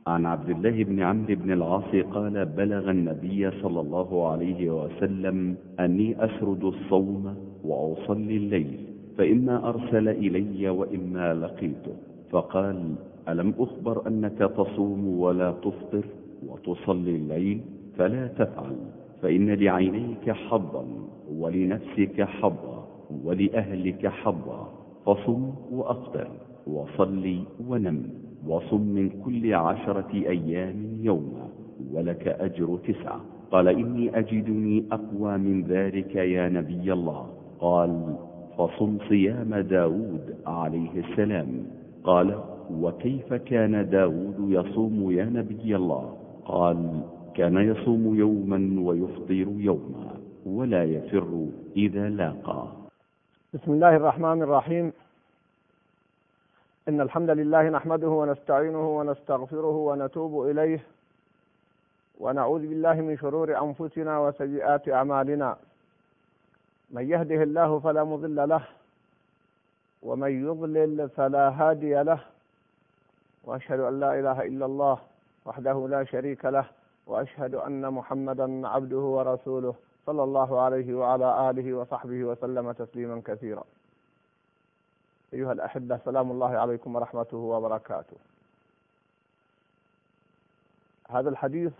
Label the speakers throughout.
Speaker 1: عن عبد الله بن عمرو بن العاص قال بلغ النبي صلى الله عليه وسلم أني أسرد الصوم وأصلي الليل، فإما أرسل إلي وإما لقيته، فقال ألم أخبر أنك تصوم ولا تفطر وتصلي الليل؟ فلا تفعل، فإن لعينيك حظا ولنفسك حظا ولأهلك حظا، فصم وأفطر وصلي ونم، وصم من كل 10 أيام يوما ولك أجر 9. قال إني أجدني أقوى من ذلك يا نبي الله. قال فصم صيام داود عليه السلام. قال وكيف كان داود يصوم يا نبي الله؟ قال كان يصوم يوما ويفطر يوما ولا يفر إذا لاقى.
Speaker 2: بسم الله الرحمن الرحيم. إن الحمد لله نحمده ونستعينه ونستغفره ونتوب إليه، ونعوذ بالله من شرور أنفسنا وسيئات أعمالنا. من يهده الله فلا مضل له، ومن يضلل فلا هادي له، وأشهد أن لا إله إلا الله وحده لا شريك له، وأشهد أن محمدا عبده ورسوله صلى الله عليه وعلى آله وصحبه وسلم تسليما كثيرا. أيها الأحبة، سلام الله عليكم ورحمته وبركاته. هذا الحديث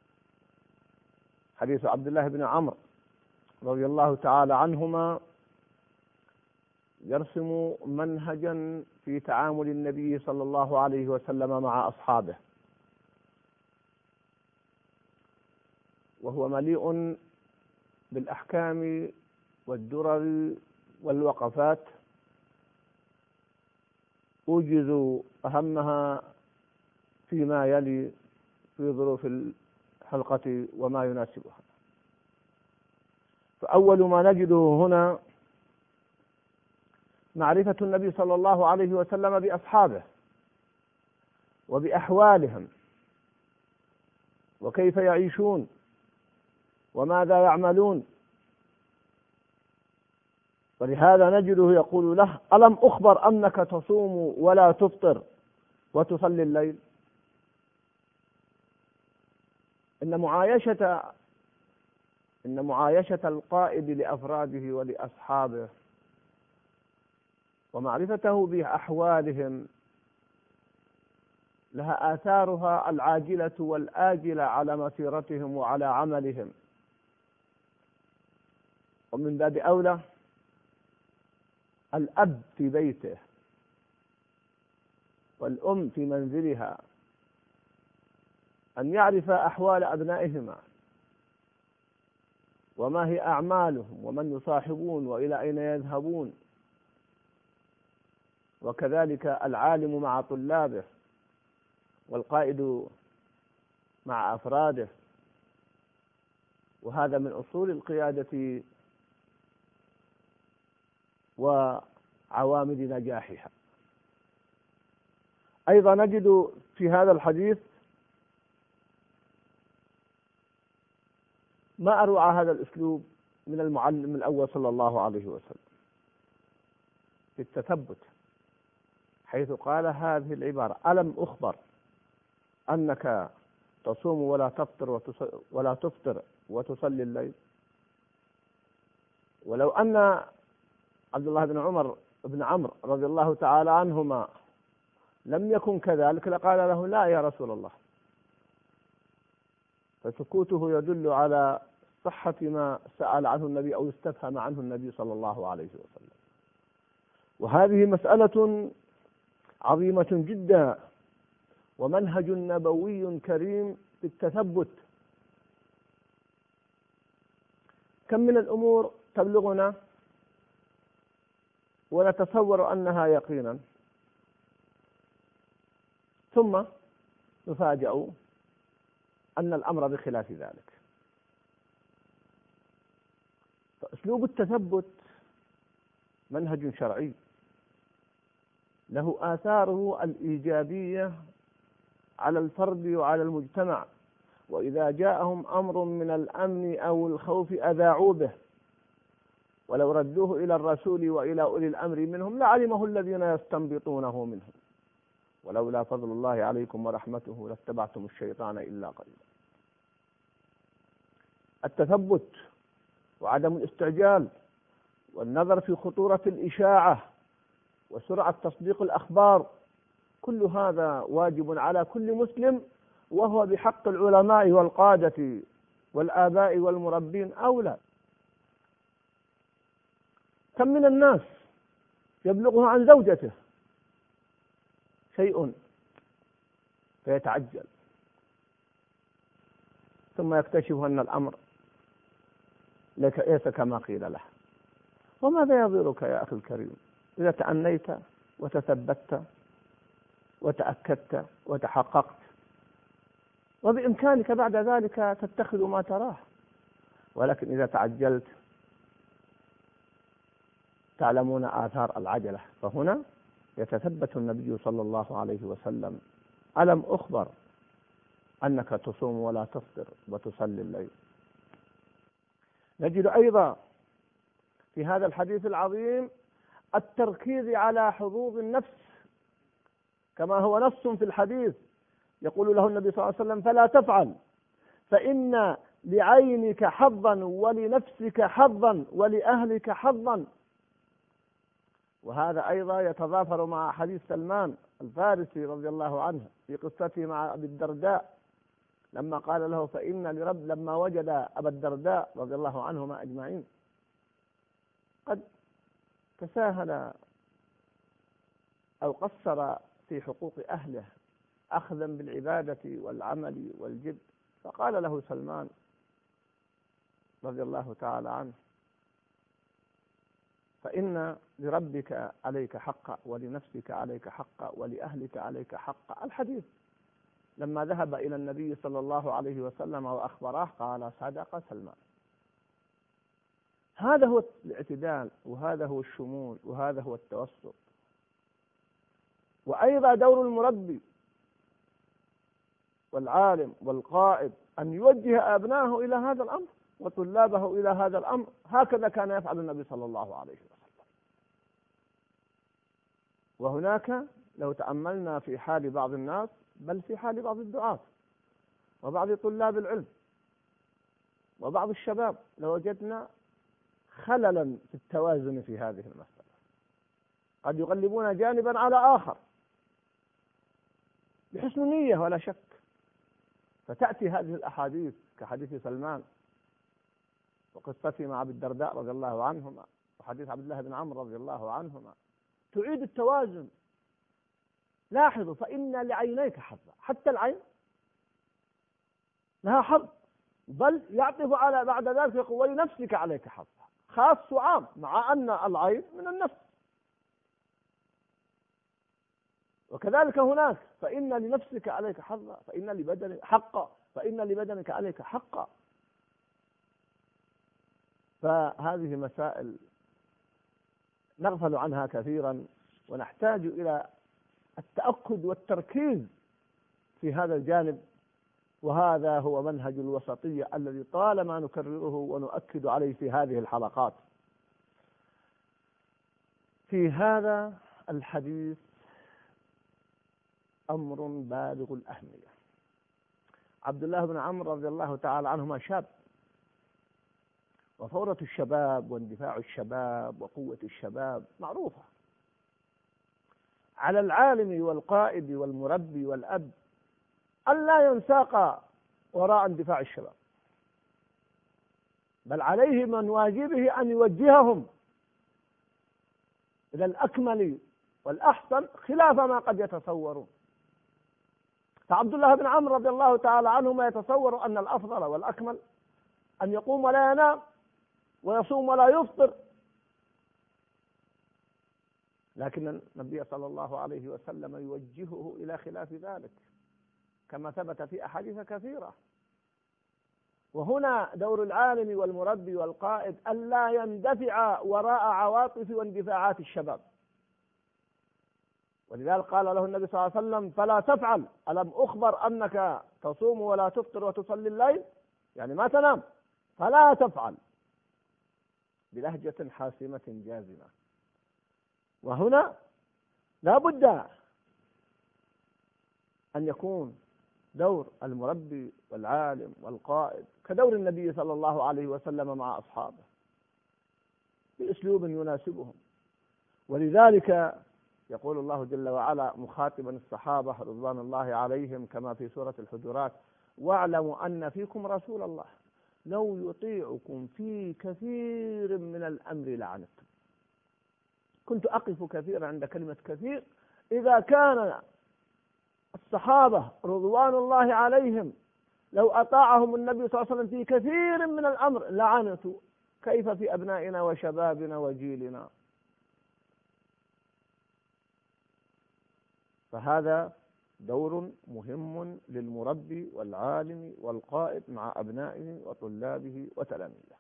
Speaker 2: حديث عبد الله بن عمرو رضي الله تعالى عنهما، يرسم منهجا في تعامل النبي صلى الله عليه وسلم مع أصحابه، وهو مليء بالأحكام والدرر والوقفات، أوجز أهمها فيما يلي في ظروف الحلقة وما يناسبها. فأول ما نجده هنا معرفة النبي صلى الله عليه وسلم بأصحابه وبأحوالهم وكيف يعيشون وماذا يعملون. ولهذا نجده يقول له ألم أخبر أنك تصوم ولا تفطر وتصلي الليل؟ إن معايشة القائد لأفراده ولأصحابه ومعرفته بأحوالهم لها آثارها العاجلة والآجلة على مسيرتهم وعلى عملهم. ومن باب أولى الأب في بيته والأم في منزلها أن يعرف أحوال أبنائهما وما هي أعمالهم ومن يصاحبون وإلى أين يذهبون، وكذلك العالم مع طلابه والقائد مع أفراده. وهذا من أصول القيادة وعوامل نجاحها. أيضا نجد في هذا الحديث ما أروع هذا الأسلوب من المعلم الأول صلى الله عليه وسلم في التثبت، حيث قال هذه العبارة ألم أخبر أنك تصوم ولا تفطر وتصلي الليل؟ ولو أن عبد الله بن عمرو رضي الله تعالى عنهما لم يكن كذلك لقال له لا يا رسول الله. فسكوته يدل على صحة ما سأل عنه النبي أو استفهم عنه النبي صلى الله عليه وسلم. وهذه مسألة عظيمة جدا ومنهج نبوي كريم في التثبت. كم من الأمور تبلغنا ونتصور أنها يقينا، ثم نفاجأ أن الأمر بخلاف ذلك. فأسلوب التثبت منهج شرعي له آثاره الإيجابية على الفرد وعلى المجتمع، وإذا جاءهم أمر من الأمن أو الخوف أذاعوا به، ولو ردوه إلى الرسول وإلى أولي الأمر منهم لعلمه الذين يستنبطونه منهم. ولولا فضل الله عليكم ورحمته لاتبعتم الشيطان إلا قليلا. التثبت وعدم الاستعجال والنظر في خطورة الإشاعة وسرعة تصديق الأخبار، كل هذا واجب على كل مسلم، وهو بحق العلماء والقادة والآباء والمربين أولى. كم من الناس يبلغه عن زوجته شيء فيتعجل، ثم يكتشف أن الأمر ليس كما قيل له. وماذا يضرك يا أخي الكريم إذا تأنيت وتثبت وتأكدت وتحققت، وبإمكانك بعد ذلك تتخذ ما تراه. ولكن إذا تعجلت تعلمون آثار العجلة. فهنا يتثبت النبي صلى الله عليه وسلم: ألم أخبر أنك تصوم ولا تفطر وتصلي الليل. نجد أيضا في هذا الحديث العظيم التركيز على حظوظ النفس، كما هو نص في الحديث يقول له النبي صلى الله عليه وسلم: فلا تفعل فإن لعينك حظا ولنفسك حظا ولأهلك حظا. وهذا أيضا يتضافر مع حديث سلمان الفارسي رضي الله عنه في قصته مع أبي الدرداء، لما قال له فإن لرب، لما وجد أبا الدرداء رضي الله عنهما أجمعين قد تساهل أو قصر في حقوق أهله أخذا بالعبادة والعمل والجد، فقال له سلمان رضي الله تعالى عنه: فإن لربك عليك حقا ولنفسك عليك حقا ولأهلك عليك حقا. الحديث لما ذهب إلى النبي صلى الله عليه وسلم وأخبره قال: صدق سلمان. هذا هو الاعتدال، وهذا هو الشمول، وهذا هو التوسط. وأيضا دور المربي والعالم والقائد أن يوجه أبنائه إلى هذا الأمر وطلابه إلى هذا الأمر. هكذا كان يفعل النبي صلى الله عليه وسلم. وهناك لو تأملنا في حال بعض الناس، بل في حال بعض الدعاة وبعض طلاب العلم وبعض الشباب، لوجدنا خللا في التوازن في هذه المسألة. قد يغلبون جانبا على آخر بحسن نية ولا شك، فتأتي هذه الأحاديث كحديث سلمان وقصته مع أبي الدرداء رضي الله عنهما وحديث عبد الله بن عمرو رضي الله عنهما تعيد التوازن. لاحظوا: فإن لعينيك حظا. حتى العين لها حظ، بل يعطف على بعد ذلك يقول: ولنفسك عليك حظا، خاص وعام، مع أن العين من النفس. وكذلك هناك: فإن لنفسك عليك حظا، فإن لبدنك حقا، فإن لبدنك عليك حقا. فهذه مسائل نغفل عنها كثيرا، ونحتاج إلى التأكد والتركيز في هذا الجانب. وهذا هو منهج الوسطية الذي طالما نكرره ونؤكد عليه في هذه الحلقات. في هذا الحديث أمر بالغ الأهمية. عبد الله بن عمرو رضي الله تعالى عنهما شاب، وثورة الشباب واندفاع الشباب وقوة الشباب معروفة. على العالم والقائد والمربي والأب ألا ينساق وراء اندفاع الشباب، بل عليه من واجبه أن يوجههم إلى الأكمل والأحسن خلاف ما قد يتصورون. فعبد الله بن عمرو رضي الله تعالى عنهما يتصور أن الأفضل والأكمل أن يقوم ولا ينام ويصوم ولا يفطر، لكن النبي صلى الله عليه وسلم يوجهه إلى خلاف ذلك كما ثبت في أحاديث كثيرة. وهنا دور العالم والمربي والقائد ألا يندفع وراء عواطف واندفاعات الشباب. ولذلك قال له النبي صلى الله عليه وسلم: فلا تفعل، ألم أخبر أنك تصوم ولا تفطر وتصلي الليل، يعني ما تنام، فلا تفعل، بلهجة حاسمة جازمة. وهنا لا بد أن يكون دور المربي والعالم والقائد كدور النبي صلى الله عليه وسلم مع أصحابه بأسلوب يناسبهم. ولذلك يقول الله جل وعلا مخاطبا الصحابة رضوان الله عليهم كما في سورة الحجرات: واعلموا أن فيكم رسول الله لو يطيعكم في كثير من الأمر لعنتم. كنت أقف كثيرا عند كلمة كثير. إذا كان الصحابة رضوان الله عليهم لو أطاعهم النبي صلى الله عليه وسلم في كثير من الأمر لعنتوا، كيف في أبنائنا وشبابنا وجيلنا؟ فهذا دور مهم للمربي والعالم والقائد مع أبنائه وطلابه وتلاميذه.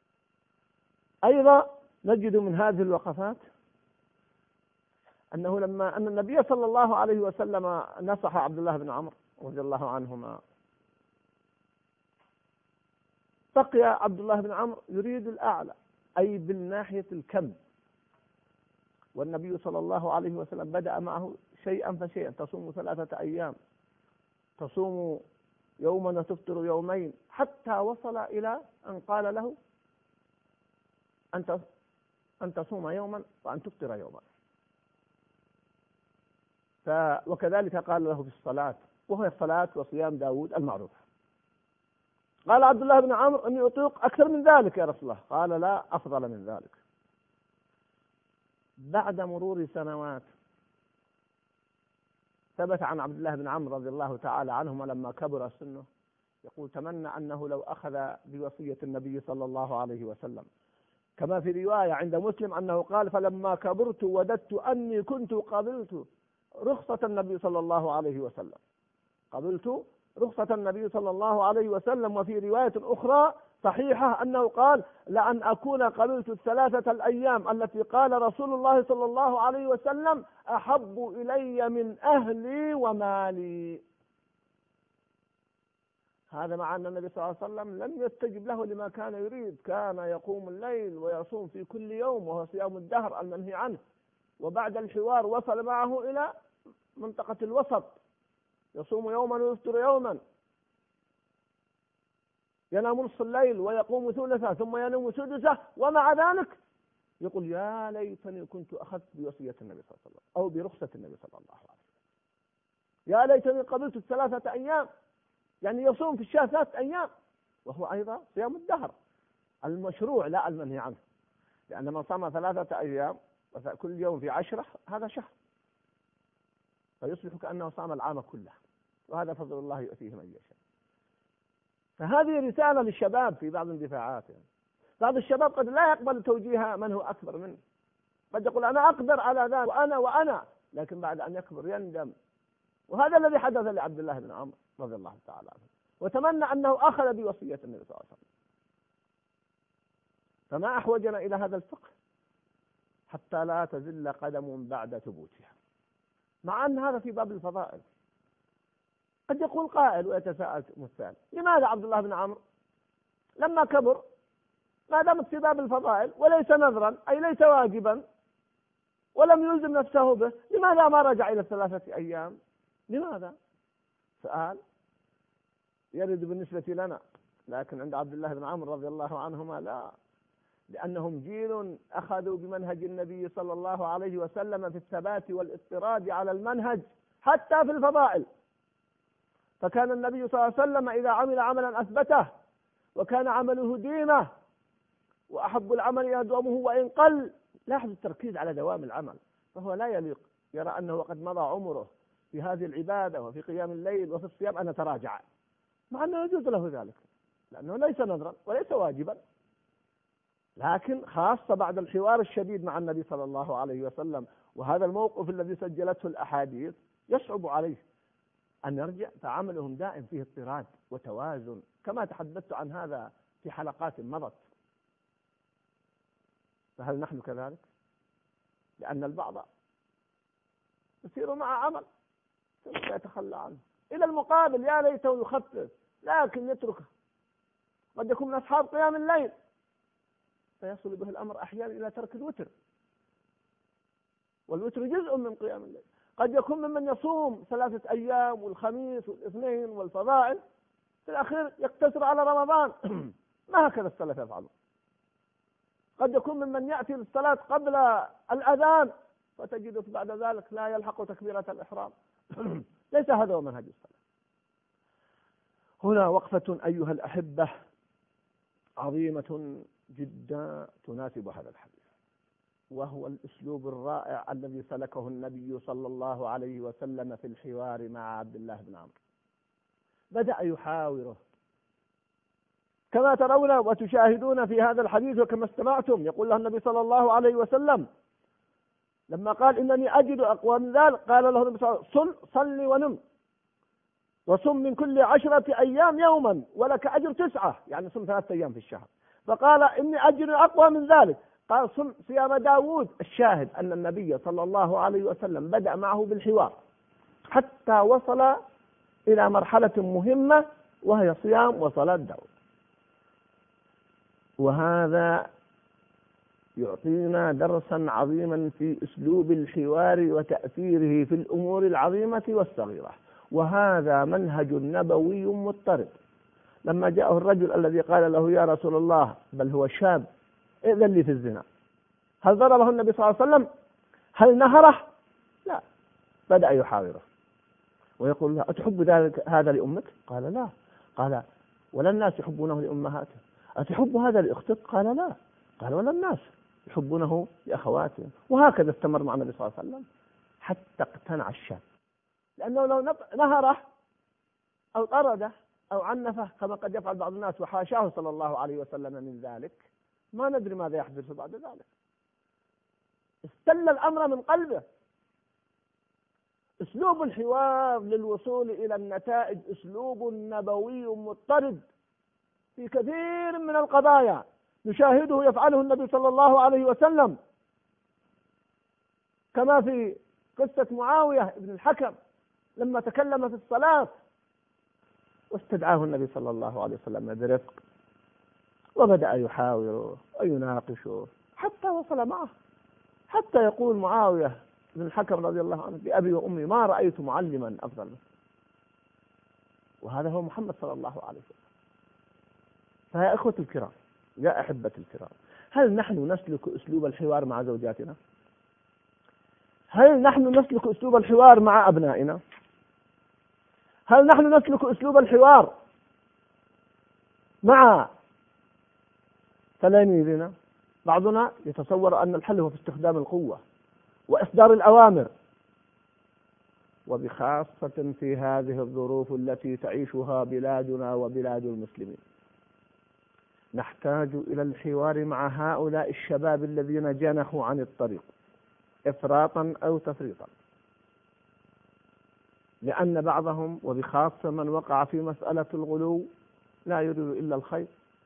Speaker 2: أيضا نجد من هذه الوقفات أن النبي صلى الله عليه وسلم نصح عبد الله بن عمرو رضي الله عنهما. بقي عبد الله بن عمرو يريد الأعلى، أي بالناحية الكم، والنبي صلى الله عليه وسلم بدأ معه شيئا فشيئا: تصوم 3 أيام، تصوم يوما وتفطر يومين، حتى وصل إلى أن قال له أن تصوم يوما وأن تفطر يوما. وكذلك قال له في الصلاة، وهي الصلاة وصيام داود المعروف. قال عبد الله بن عمرو: أني أطيق أكثر من ذلك يا رسول الله. قال: لا، أفضل من ذلك. بعد مرور سنوات ثبت عن عبد الله بن عمرو رضي الله تعالى عنهما لما كبر سنه يقول: تمنى أنه لو أخذ بوصية النبي صلى الله عليه وسلم، كما في رواية عند مسلم أنه قال: فلما كبرت وددت أني كنت قبلت رخصة النبي صلى الله عليه وسلم. قبلت رخصة النبي صلى الله عليه وسلم. وفي رواية أخرى صحيحة أنه قال: لأن أكون قبلت 3 الأيام التي قال رسول الله صلى الله عليه وسلم أحب إلي من أهلي ومالي. هذا مع أن النبي صلى الله عليه وسلم لم يستجب له لما كان يريد، كان يقوم الليل ويصوم في كل يوم وهو صيام الدهر المنهي عنه. وبعد الحوار وصل معه إلى منطقة الوسط، يصوم يوما ويفطر يوما، ينام نصف الليل ويقوم ثلثه ثم ينام سدسه، ومع ذلك يقول: يا ليتني كنت أخذت بوصية النبي صلى الله عليه وسلم أو برخصة النبي صلى الله عليه وسلم. يا ليتني قبلت 3 أيام، يعني يصوم في الشهر 3 أيام، وهو أيضا صيام الدهر المشروع لا المنهي عنه، لأن من صام 3 أيام كل يوم في 10 هذا شهر، فيصبح كأنه صام العام كله، وهذا فضل الله يؤتيه من يشاء. فهذه رسالة للشباب في بعض اندفاعاتهم. يعني بعض الشباب قد لا يقبل توجيه من هو أكبر منه، قد يقول: أنا أقدر على ذلك وأنا، لكن بعد أن يكبر يندم. وهذا الذي حدث لعبد الله بن عمرو رضي الله تعالى عنه، وتمنى أنه أخذ بوصية النبي صلى الله عليه وسلم. فما أحوجنا إلى هذا الفقه حتى لا تزل قدم بعد ثبوتها، مع أن هذا في باب الفضائل. قد يقول قائل ويتساءل مثال: لماذا عبد الله بن عمرو لما كبر ما دامت في باب الفضائل وليس نذرا أي ليس واجبا ولم يلزم نفسه به، لماذا ما رجع إلى 3 أيام؟ لماذا؟ سؤال يرد بالنسبة لنا، لكن عند عبد الله بن عمرو رضي الله عنهما لا، لأنهم جيل أخذوا بمنهج النبي صلى الله عليه وسلم في الثبات والاضطراد على المنهج حتى في الفضائل. فكان النبي صلى الله عليه وسلم إذا عمل عملا أثبته، وكان عمله دينه، وأحب العمل إلى دوامه وإن قل. لاحظ التركيز على دوام العمل، فهو لا يليق يرى أنه قد مضى عمره في هذه العبادة وفي قيام الليل وفي الصيام أن يتراجع، مع أنه يجوز له ذلك لأنه ليس نذرا وليس واجبا، لكن خاصة بعد الحوار الشديد مع النبي صلى الله عليه وسلم وهذا الموقف الذي سجلته الأحاديث يصعب عليه أن يرجع، فعملهم دائم فيه اضطراد وتوازن، كما تحدثت عن هذا في حلقات مضت. فهل نحن كذلك؟ لأن البعض يسير مع عمل ثم يتخلى عنه، إلى المقابل يا ليته يخفف لكن يتركه. قد يكون من أصحاب قيام الليل فيصل به الأمر أحيانا إلى ترك الوتر، والوتر جزء من قيام الليل. قد يكون ممن يصوم 3 أيام والخميس والاثنين والفضائل، في الأخير يقتصر على رمضان. ما هكذا السلف يفعلون. قد يكون ممن يأتي للصلاة قبل الأذان فتجد بعد ذلك لا يلحق تكبيرة الإحرام. ليس هذا هو منهج السلف. هنا وقفة أيها الأحبة عظيمة جدا تناسب هذا الحديث، وهو الأسلوب الرائع الذي سلكه النبي صلى الله عليه وسلم في الحوار مع عبد الله بن عمرو. بدأ يحاوره كما ترون وتشاهدون في هذا الحديث، وكما استمعتم يقول له النبي صلى الله عليه وسلم لما قال إنني أجد أقوى من ذلك، قال له النبي صلى الله عليه وسلم صل ونم وصم من كل 10 أيام يوما ولك أجر 9، يعني صم 3 أيام في الشهر. فقال إني أجد أقوى من ذلك، قال صم صيام داود. الشاهد أن النبي صلى الله عليه وسلم بدأ معه بالحوار حتى وصل إلى مرحلة مهمة وهي صيام وصلاة داود. وهذا يعطينا درسا عظيما في أسلوب الحوار وتأثيره في الأمور العظيمة والصغيرة، وهذا منهج نبوي مضطرد. لما جاءه الرجل الذي قال له يا رسول الله، بل هو شاب، ائذن لي في الزنا، هل ضربه النبي صلى الله عليه وسلم؟ هل نهره؟ لا. بدأ يحاوره ويقول له أتحب ذلك هذا لأمك؟ قال لا. قال ولا الناس يحبونه لأمهاتهم؟ أتحب هذا لأختك؟ قال لا. قال ولا الناس يحبونه لأخواتهم. وهكذا استمر مع النبي صلى الله عليه وسلم حتى اقتنع الشاب، لأنه لو نهره أو طرده أو عنفه كما قد يفعل بعض الناس، وحاشاه صلى الله عليه وسلم من ذلك، ما ندري ماذا يحدث بعد ذلك. استل الأمر من قلبه. أسلوب الحوار للوصول إلى النتائج أسلوب نبوي مضطرد في كثير من القضايا نشاهده يفعله النبي صلى الله عليه وسلم، كما في قصة معاوية بن الحكم لما تكلم في الصلاة واستدعاه النبي صلى الله عليه وسلم برفق، وبدأ يحاوره ويناقشه حتى وصل معه، حتى يقول معاوية بن الحكم رضي الله عنه بأبي وأمي ما رأيت معلما أفضل منه. وهذا هو محمد صلى الله عليه وسلم. فيا إخوة الكرام، يا أحبة الكرام، هل نحن نسلك أسلوب الحوار مع زوجاتنا؟ هل نحن نسلك أسلوب الحوار مع أبنائنا؟ هل نحن نسلك أسلوب الحوار مع تلاميذنا؟ بعضنا يتصور أن الحل هو في استخدام القوة وإصدار الأوامر، وبخاصة في هذه الظروف التي تعيشها بلادنا وبلاد المسلمين. نحتاج إلى الحوار مع هؤلاء الشباب الذين جنحوا عن الطريق إفراطا أو تفريطا، لأن بعضهم وبخاصة من وقع في مسألة الغلو لا يريد إلا الخير.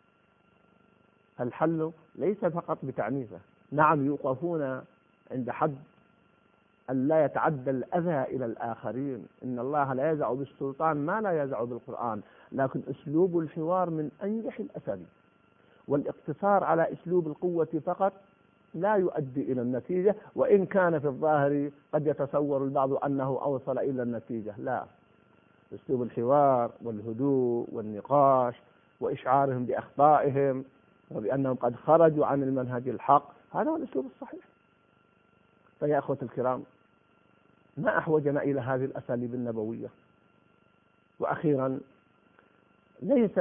Speaker 2: الحل ليس فقط بتعنيفه، نعم يوقفون عند حد أن لا يتعدى الأذى إلى الآخرين، إن الله لا يزع بالسلطان ما لا يزع بالقرآن، لكن أسلوب الحوار من أنجح الأساليب، والاقتصار على أسلوب القوة فقط لا يؤدي إلى النتيجة، وإن كان في الظاهر قد يتصور البعض أنه أوصل إلى النتيجة. لا، أسلوب الحوار والهدوء والنقاش وإشعارهم بأخطائهم وبأنهم قد خرجوا عن المنهج الحق، هذا هو الأسلوب الصحيح. فيا أخوة الكرام، ما أحوجنا إلى هذه الأساليب النبوية. وأخيرا، ليس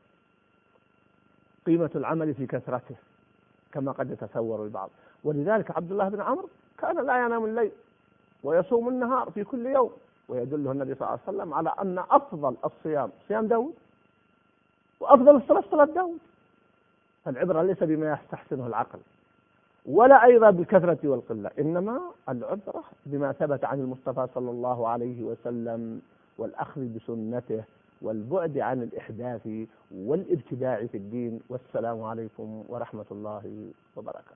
Speaker 2: قيمة العمل في كثرته كما قد يتصور البعض، ولذلك عبد الله بن عمرو كان لا ينام الليل ويصوم النهار في كل يوم، ويدله النبي صلى الله عليه وسلم على أن أفضل الصيام صيام داود، وأفضل الصلاة صلاة داود. فالعبرة ليس بما يستحسنه العقل ولا أيضا بالكثرة والقلة، إنما العبرة بما ثبت عن المصطفى صلى الله عليه وسلم والأخذ بسنته والبعد عن الإحداث والابتداع في الدين. والسلام عليكم ورحمة الله وبركاته.